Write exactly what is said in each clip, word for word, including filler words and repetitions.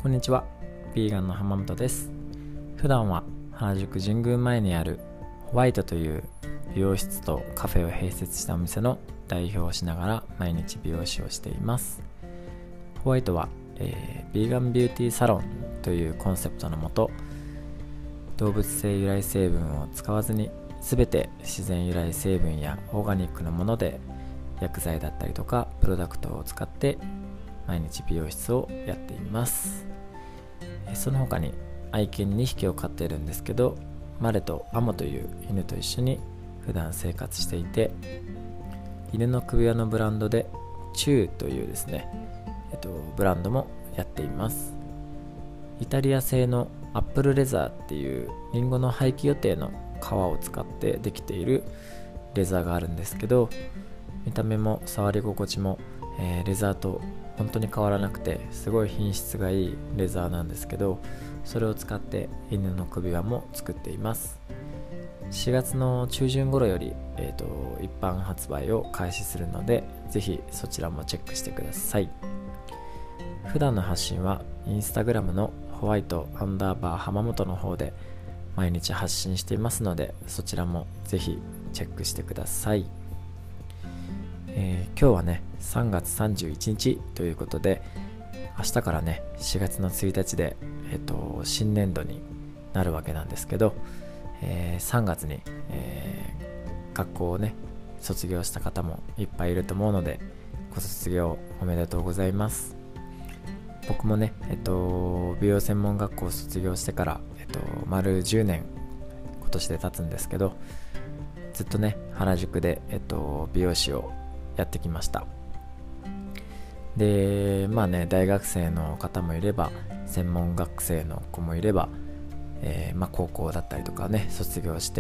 こんにちは、ビーガンの浜本です。普段は原宿神宮前にあるホワイトという美容室とカフェを併設したお店の代表をしながら毎日美容師をしています。ホワイトは、えー、ビーガンビューティーサロンというコンセプトのもと、動物性由来成分を使わずに全て自然由来成分やオーガニックのもので薬剤だったりとかプロダクトを使って毎日美容室をやっています。その他に愛犬にひきを飼っているんですけど、マレとアモという犬と一緒に普段生活していて、犬の首輪のブランドでチューというですね、えっと、ブランドもやっています。イタリア製のアップルレザーっていうリンゴの廃棄予定の皮を使ってできているレザーがあるんですけど、見た目も触り心地も、えー、レザーと本当に変わらなくてすごい品質がいいレザーなんですけど、それを使って犬の首輪も作っています。しがつの中旬頃より、えーと、一般発売を開始するので、ぜひそちらもチェックしてください。普段の発信はインスタグラムのホワイトアンダーバー浜本の方で毎日発信していますので、そちらもぜひチェックしてください。えー、今日はねさんがつさんじゅういちにちということで、明日からねしがつのついたちで、えーと、新年度になるわけなんですけど、えー、さんがつに、えー、学校をね卒業した方もいっぱいいると思うので、ご卒業おめでとうございます。僕もね、えっと、美容専門学校を卒業してから、えっと、丸じゅうねん今年で経つんですけど、ずっとね原宿で、えっと、美容師をやってきました。でまあね大学生の方もいれば専門学生の子もいれば、えーまあ、高校だったりとかね卒業して、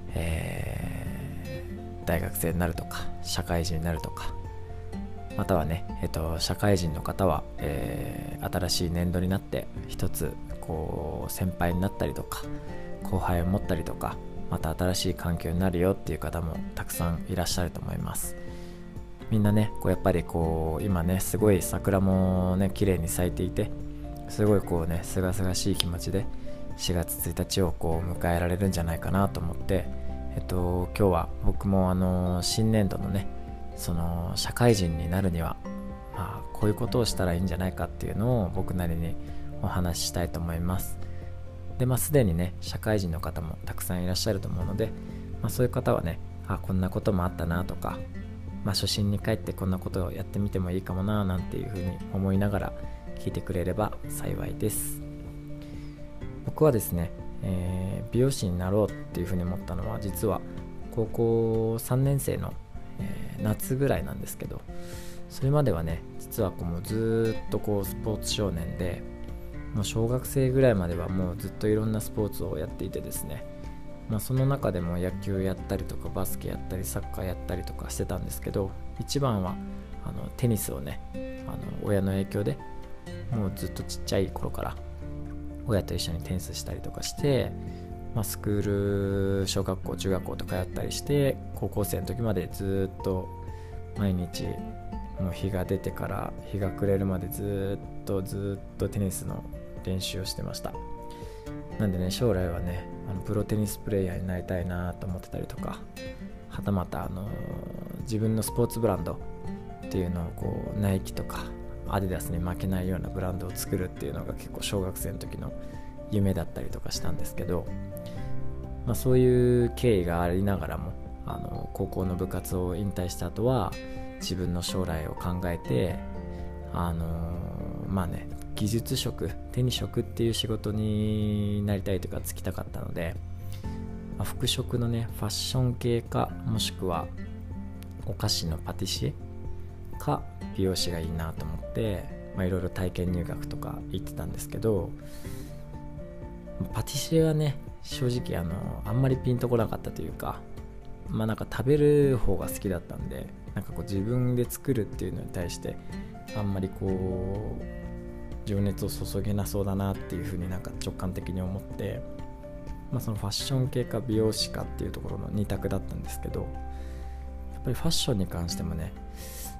えー、大学生になるとか社会人になるとか、またはね、えっと、社会人の方は、えー、新しい年度になって一つこう先輩になったりとか後輩を持ったりとか、また新しい環境になるよっていう方もたくさんいらっしゃると思います。みんなねこうやっぱりこう今ねすごい桜もね綺麗に咲いていて、すごいこうねすがすがしい気持ちでしがつついたちをこう迎えられるんじゃないかなと思って、えっと今日は僕もあの新年度のねその社会人になるには、まあ、こういうことをしたらいいんじゃないかっていうのを僕なりにお話ししたいと思います。でまあすでにね社会人の方もたくさんいらっしゃると思うので、まあ、そういう方はねあこんなこともあったなとか、まあ、初心に帰ってこんなことをやってみてもいいかもななんていうふうに思いながら聞いてくれれば幸いです。僕はですね、えー、美容師になろうっていうふうに思ったのは実は高校さんねん生の、えー、夏ぐらいなんですけど、それまではね実はこうもうずっとこうスポーツ少年で、もう小学生ぐらいまではもうずっといろんなスポーツをやっていてですね、まあ、その中でも野球やったりとかバスケやったりサッカーやったりとかしてたんですけど、一番はあのテニスをねあの親の影響でもうずっとちっちゃい頃から親と一緒にテニスしたりとかして、まあ、スクール小学校中学校とかやったりして、高校生の時までずっと毎日もう日が出てから日が暮れるまでずっとずっとテニスの練習をしてました。なんでね将来はねあのプロテニスプレーヤーになりたいなと思ってたりとか、はたまたあの自分のスポーツブランドっていうのをこうナイキとかアディダスに負けないようなブランドを作るっていうのが結構小学生の時の夢だったりとかしたんですけど、まあ、そういう経緯がありながらもあの高校の部活を引退した後は自分の将来を考えて、あのまあね技術職手に職っていう仕事になりたいというか就きたかったので、まあ、服飾のねファッション系か、もしくはお菓子のパティシエか美容師がいいなと思って、まあ、いろいろ体験入学とか行ってたんですけど、パティシエはね正直あのあんまりピンとこなかったというか、まあなんか食べる方が好きだったんで、なんかこう自分で作るっていうのに対してあんまりこう情熱を注げなそうだなっていうふうになんか直感的に思って、まあ、そのファッション系か美容師かっていうところのに択だったんですけど、やっぱりファッションに関してもね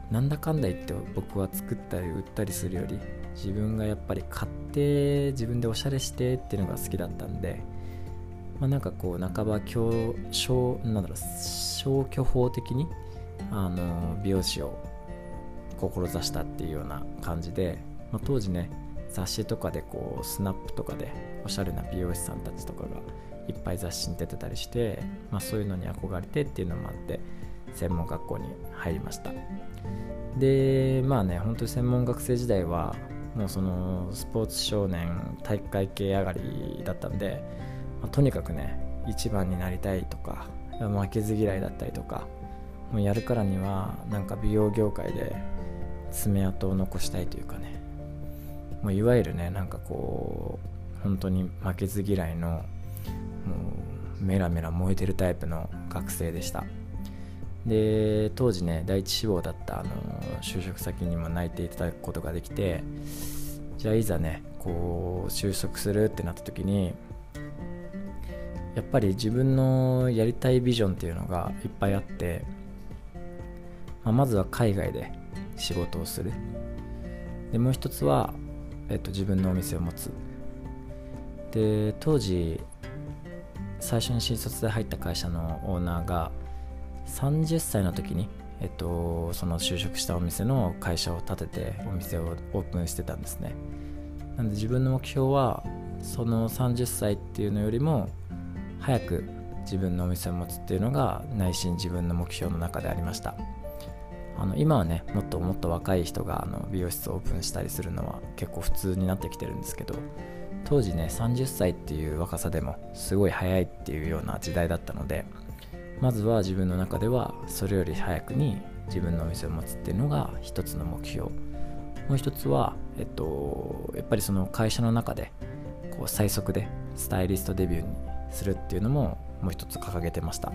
なんだかんだ言って僕は作ったり売ったりするより自分がやっぱり買って自分でおしゃれしてっていうのが好きだったんで、まあ、なんかこう半ば消消なんだろう消去法的にあの美容師を志したっていうような感じで、まあ、当時ね雑誌とかでこうスナップとかでおしゃれな美容師さんたちとかがいっぱい雑誌に出てたりして、まあ、そういうのに憧れてっていうのもあって専門学校に入りました。でまあね本当に専門学生時代はもうそのスポーツ少年体育会系上がりだったんで、まあ、とにかくね一番になりたいとか負けず嫌いだったりとか、もうやるからにはなんか美容業界で爪痕を残したいというかね、もういわゆるねなんかこう本当に負けず嫌いのもうメラメラ燃えてるタイプの学生でした。で当時ね第一志望だったあの就職先にも内定いただくことができて、じゃあいざねこう就職するってなった時にやっぱり自分のやりたいビジョンっていうのがいっぱいあって、まあ、まずは海外で仕事をする。でもう一つは、えっと、自分のお店を持つ。で当時最初に新卒で入った会社のオーナーがさんじゅっさいの時に、えっと、その就職したお店の会社を建ててお店をオープンしてたんですね。なので自分の目標はそのさんじゅっさいっていうのよりも早く自分のお店を持つっていうのが内心自分の目標の中でありました。あの今はねもっともっと若い人があの美容室をオープンしたりするのは結構普通になってきてるんですけど、当時ねさんじゅっさいっていう若さでもすごい早いっていうような時代だったので、まずは自分の中ではそれより早くに自分のお店を持つっていうのが一つの目標。もう一つは、えっと、やっぱりその会社の中でこう最速でスタイリストデビューにするっていうのももう一つ掲げてました。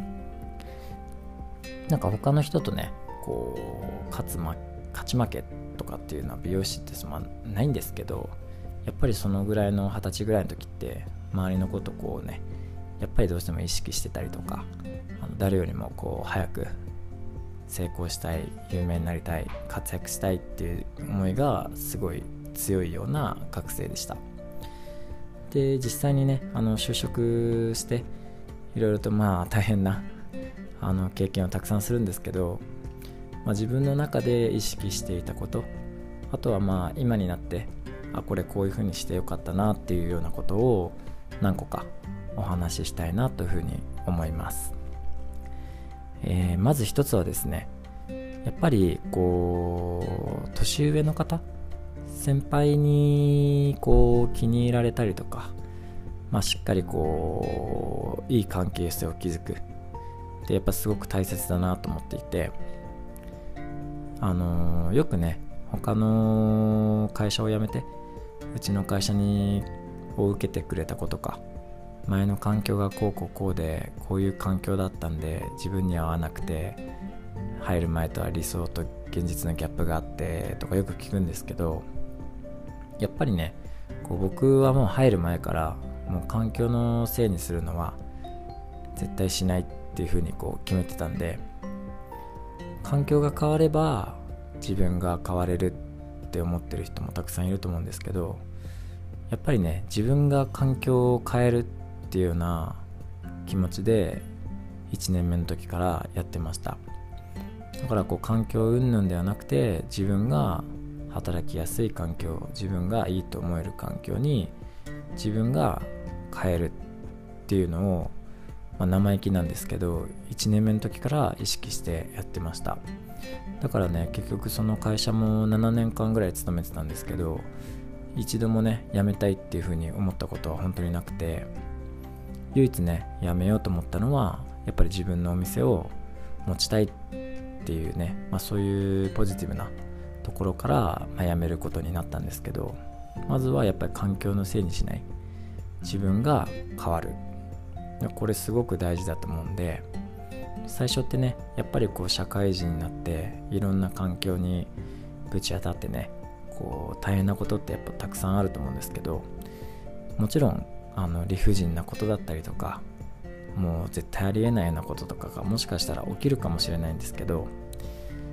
なんか他の人とねこう勝つ、ま、勝ち負けとかっていうのは美容師ってまあないんですけど、やっぱりそのぐらいの二十歳ぐらいの時って周りのことこうねやっぱりどうしても意識してたりとか、あの誰よりもこう早く成功したい、有名になりたい、活躍したいっていう思いがすごい強いような学生でした。で実際にねあの就職していろいろとまあ大変なあの経験をたくさんするんですけど、まあ、自分の中で意識していたこと、あとはまあ今になってあこれこういう風にしてよかったなっていうようなことを何個かお話ししたいなというふうに思います。えー、まず一つはですね、やっぱりこう年上の方、先輩にこう気に入られたりとか、まあ、しっかりこういい関係性を築くってやっぱすごく大切だなと思っていて、あのー、よくね他の会社を辞めてうちの会社にを受けてくれた子とか、前の環境がこうこうこうでこういう環境だったんで自分には合わなくて入る前とは理想と現実のギャップがあってとかよく聞くんですけど、やっぱりねこう僕はもう入る前からもう環境のせいにするのは絶対しないっていうふうにこう決めてたんで、環境が変われば自分が変われるって思ってる人もたくさんいると思うんですけど、やっぱりね自分が環境を変えるっていうような気持ちでいちねんめの時からやってました。だからこう環境云々ではなくて自分が働きやすい環境、自分がいいと思える環境に自分が変えるっていうのを、まあ、生意気なんですけどいちねんめの時から意識してやってました。だからね結局その会社もななねんかんぐらい勤めてたんですけど、一度もね辞めたいっていう風に思ったことは本当になくて、唯一ね辞めようと思ったのはやっぱり自分のお店を持ちたいっていうね、まあ、そういうポジティブなところから、まあ、辞めることになったんですけど、まずはやっぱり環境のせいにしない、自分が変わる、これすごく大事だと思うんで、最初ってねやっぱりこう社会人になっていろんな環境にぶち当たってねこう大変なことってやっぱたくさんあると思うんですけど、もちろんあの理不尽なことだったりとかもう絶対ありえないようなこととかがもしかしたら起きるかもしれないんですけど、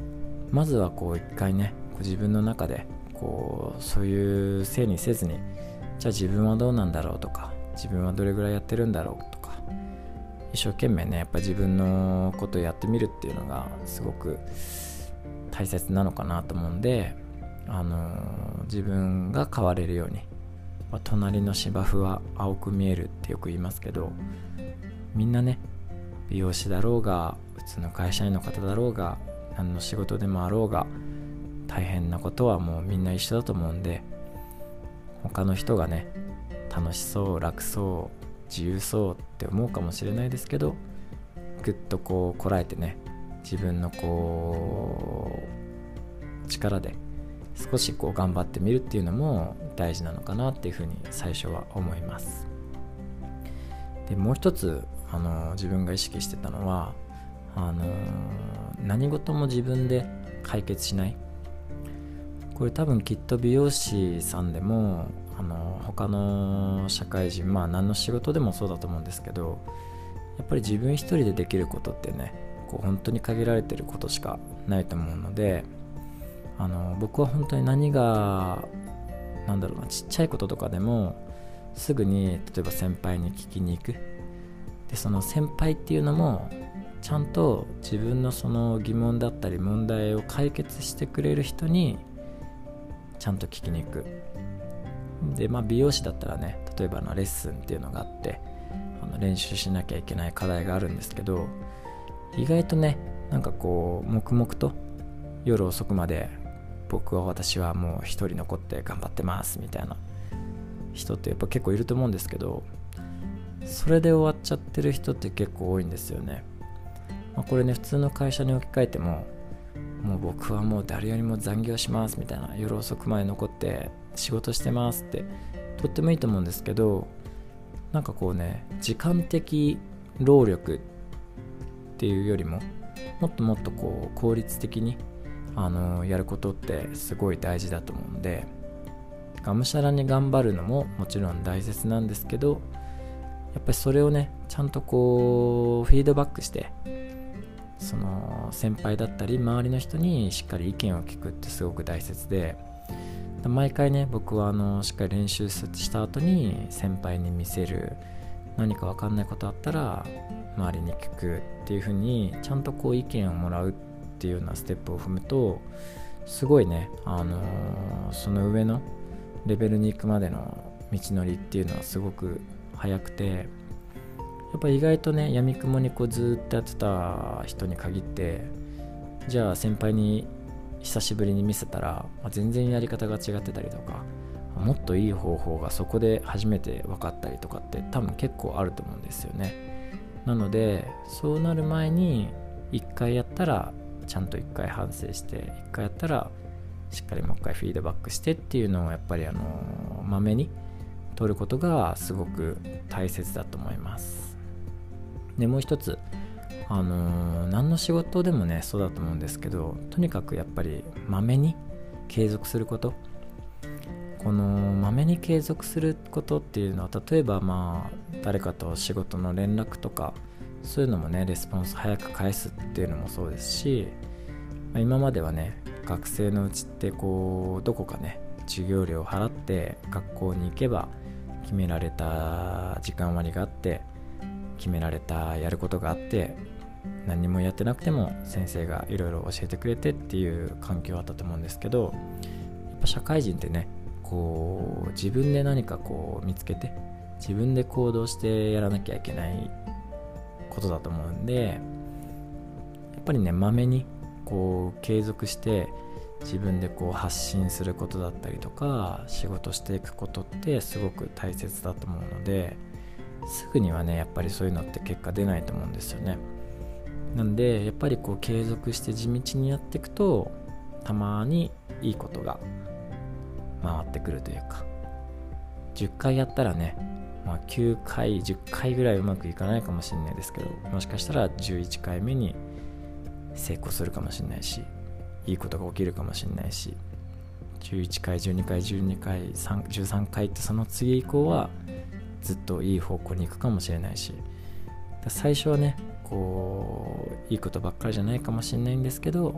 まずはこう一回ねこう自分の中でこうそういうせいにせずに、じゃあ自分はどうなんだろうとか、自分はどれぐらいやってるんだろうとか、一生懸命ねやっぱ自分のことをやってみるっていうのがすごく大切なのかなと思うんで、あのー、自分が変われるように、まあ、隣の芝生は青く見えるってよく言いますけど、みんなね美容師だろうが普通の会社員の方だろうが何の仕事でもあろうが大変なことはもうみんな一緒だと思うんで、他の人がね楽しそう楽そう自由そうって思うかもしれないですけど、ぐっとこうこらえてね自分のこう力で少しこう頑張ってみるっていうのも大事なのかなっていうふうに最初は思います。でもう一つあの自分が意識してたのは、あの何事も自分で解決しない。これ多分きっと美容師さんでもあの他の社会人、まあ何の仕事でもそうだと思うんですけど、やっぱり自分一人でできることってねこう本当に限られてることしかないと思うので、あの僕は本当に何がなんだろうなちっちゃいこととかでもすぐに例えば先輩に聞きに行く。でその先輩っていうのもちゃんと自分のその疑問だったり問題を解決してくれる人にちゃんと聞きに行く。でまあ美容師だったらね例えばのレッスンっていうのがあってあの練習しなきゃいけない課題があるんですけど、意外とねなんかこう黙々と夜遅くまで僕は私はもう一人残って頑張ってますみたいな人ってやっぱ結構いると思うんですけど、それで終わっちゃってる人って結構多いんですよね。まあ、これね普通の会社に置き換えても、もう僕はもう誰よりも残業しますみたいな、夜遅くまで残って仕事してますってとってもいいと思うんですけど、なんかこうね時間的労力っていうよりももっともっとこう効率的にあのやることってすごい大事だと思うんで、がむしゃらに頑張るのももちろん大切なんですけど、やっぱりそれをねちゃんとこうフィードバックして、その先輩だったり周りの人にしっかり意見を聞くってすごく大切で、毎回ね僕はあのしっかり練習した後に先輩に見せる、何か分かんないことあったら周りに聞くっていう風にちゃんとこう意見をもらうっていうようなステップを踏むと、すごいね、あのー、その上のレベルに行くまでの道のりっていうのはすごく早くて、やっぱ意外とね闇雲にこうずっとやってた人に限って、じゃあ先輩に久しぶりに見せたら、まあ、全然やり方が違ってたりとか、もっといい方法がそこで初めて分かったりとかって多分結構あると思うんですよね。なのでそうなる前に一回やったらちゃんと一回反省して、一回やったらしっかりもう一回フィードバックしてっていうのをやっぱりあのまめに取ることがすごく大切だと思います。でもう一つ、あのー、何の仕事でもねそうだと思うんですけど、とにかくやっぱりまめに継続すること、このまめに継続することっていうのは、例えばまあ誰かと仕事の連絡とかそういうのもねレスポンス早く返すっていうのもそうですし、まあ、今まではね学生のうちってこうどこかね授業料を払って学校に行けば決められた時間割があって、決められたやることがあって、何もやってなくても先生がいろいろ教えてくれてっていう環境あったと思うんですけど、やっぱ社会人ってねこう自分で何かこう見つけて自分で行動してやらなきゃいけないことだと思うんで、やっぱりねまめにこう継続して自分でこう発信することだったりとか仕事していくことってすごく大切だと思うので、すぐにはねやっぱりそういうのって結果出ないと思うんですよね。なんでやっぱりこう継続して地道にやっていくと、たまにいいことが回ってくるというか、じゅっかいやったらね、まあ、きゅうかいじゅっかいぐらいうまくいかないかもしれないですけど、もしかしたらじゅういっかいめに成功するかもしれないし、いいことが起きるかもしれないし、じゅういっかいじゅうにかいじゅうにかいじゅうさんかいってその次以降はずっといい方向に行くかもしれないし、最初はねこういいことばっかりじゃないかもしれないんですけど、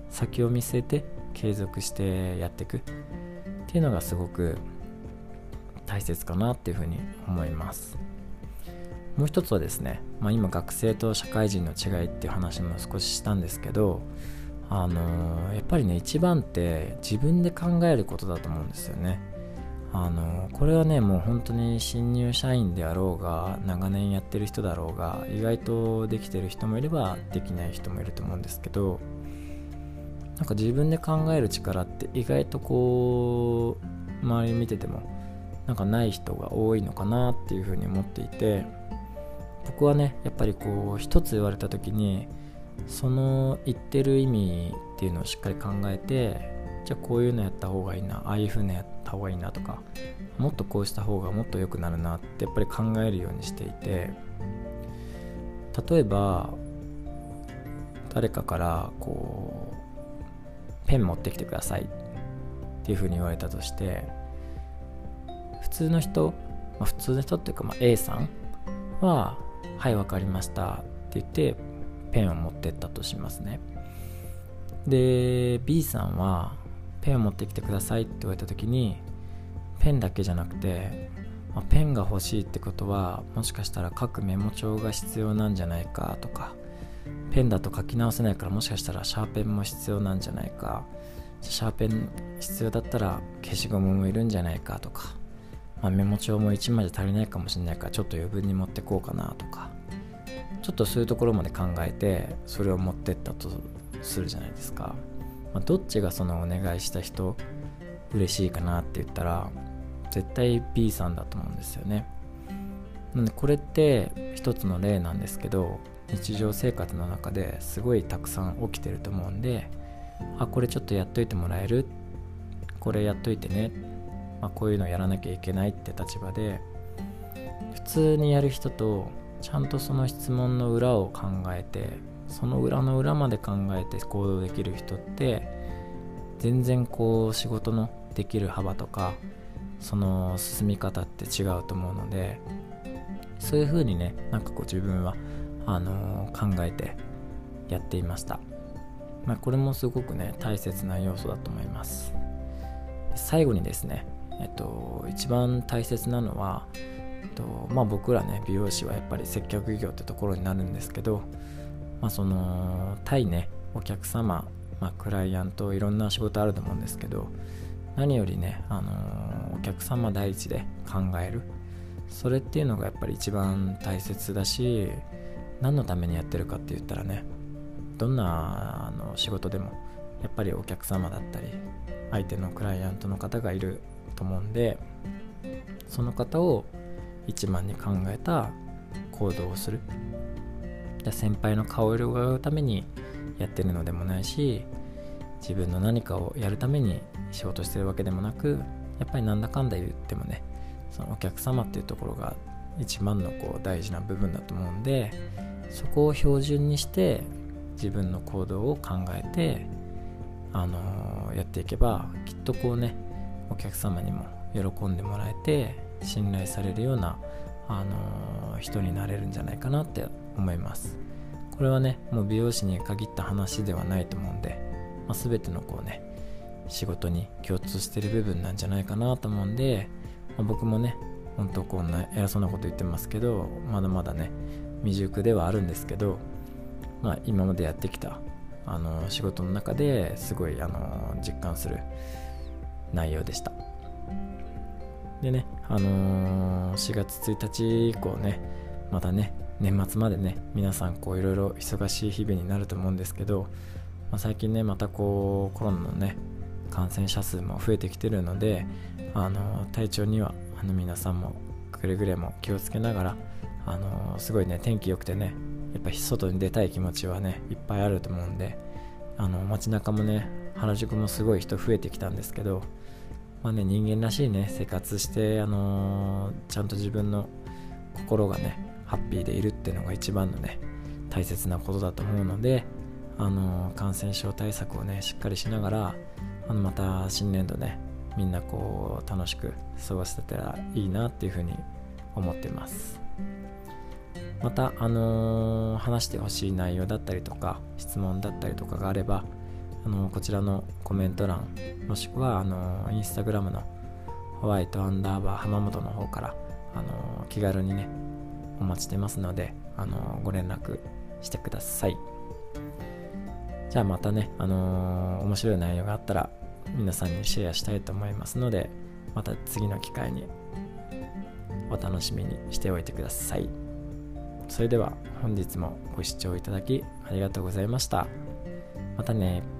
先を見据えて継続してやっていくっていうのがすごく大切かなっていうふうに思います。もう一つはですね、まあ、今学生と社会人の違いっていう話も少ししたんですけど、あのー、やっぱりね一番って自分で考えることだと思うんですよね。あのー、これはねもう本当に新入社員であろうが長年やってる人だろうが意外とできてる人もいればできない人もいると思うんですけど、なんか自分で考える力って意外とこう周り見ててもなんかない人が多いのかなっていうふうに思っていて、僕はねやっぱりこう一つ言われた時にその言ってる意味っていうのをしっかり考えて、じゃあこういうのやった方がいいな、ああいう風にやった方がいいなとか、もっとこうした方がもっと良くなるなってやっぱり考えるようにしていて、例えば誰かからこうペン持ってきてくださいっていう風に言われたとして、普通の人、まあ、普通の人っていうか、まあ、A さんははいわかりましたって言ってペンを持ってったとしますね。で B さんはペンを持ってきてくださいって言われた時に、ペンだけじゃなくて、まあ、ペンが欲しいってことはもしかしたら書くメモ帳が必要なんじゃないかとか、ペンだと書き直せないからもしかしたらシャーペンも必要なんじゃないか、シャーペン必要だったら消しゴムもいるんじゃないかとか、まあ、メモ帳もいちまいじゃ足りないかもしれないからちょっと余分に持ってこうかなとか、ちょっとそういうところまで考えてそれを持ってったとするじゃないですか。まあ、どっちがそのお願いした人嬉しいかなって言ったら絶対 B さんだと思うんですよね。なのでこれって一つの例なんですけど、日常生活の中ですごいたくさん起きてると思うんで、あこれちょっとやっといてもらえる、これやっといてね、まあ、こういうのやらなきゃいけないって立場で普通にやる人と、ちゃんとその質問の裏を考えてその裏の裏まで考えて行動できる人って全然こう仕事のできる幅とかその進み方って違うと思うので、そういう風にねなんかこう自分はあのー、考えてやっていました。まあ、これもすごくね大切な要素だと思います。最後にですね、えっと、一番大切なのは、えっとまあ、僕らね美容師はやっぱり接客業ってところになるんですけど、まあ、その対ねお客様、まあ、クライアントいろんな仕事あると思うんですけど、何よりね、あのー、お客様第一で考える、それっていうのがやっぱり一番大切だし、何のためにやってるかって言ったらね、どんなあの仕事でもやっぱりお客様だったり相手のクライアントの方がいると思うんで、その方を一番に考えた行動をする。で先輩の顔色を伺うためにやってるのでもないし、自分の何かをやるために仕事してるわけでもなく、やっぱりなんだかんだ言ってもね、そのお客様っていうところが一番のこう大事な部分だと思うんで、そこを標準にして自分の行動を考えて、あのー、やっていけばきっとこうねお客様にも喜んでもらえて信頼されるような、あのー、人になれるんじゃないかなって思います。これはねもう美容師に限った話ではないと思うんで、まあ、全てのこうね仕事に共通してる部分なんじゃないかなと思うんで、まあ、僕もね本当こんな偉そうなこと言ってますけど、まだまだね未熟ではあるんですけど、まあ、今までやってきたあの仕事の中ですごいあの実感する内容でした。でね、あのー、しがつついたち以降ね、またね年末までね皆さんこういろいろ忙しい日々になると思うんですけど、まあ、最近ねまたこうコロナのね感染者数も増えてきてるので、あのー、体調にはあの皆さんもくれぐれも気をつけながら、あのー、すごいね天気良くてねやっぱり外に出たい気持ちはねいっぱいあると思うんで、あの街中もね原宿もすごい人増えてきたんですけど、まあね人間らしいね生活して、あのー、ちゃんと自分の心がねハッピーでいるっていうのが一番のね大切なことだと思うので、あのー、感染症対策をねしっかりしながら、あのまた新年度ねみんなこう楽しく過ごせたらいいなっていうふうに思ってます。また、あのー、話してほしい内容だったりとか質問だったりとかがあれば、 あのこちらのコメント欄もしくはあのインスタグラムのホワイトアンダーバー浜本の方からあの気軽にねお待ちしてますので、あのご連絡してください。じゃあまたね、あのー、面白い内容があったら皆さんにシェアしたいと思いますので、また次の機会にお楽しみにしておいてください。それでは本日もご視聴いただきありがとうございました。またね。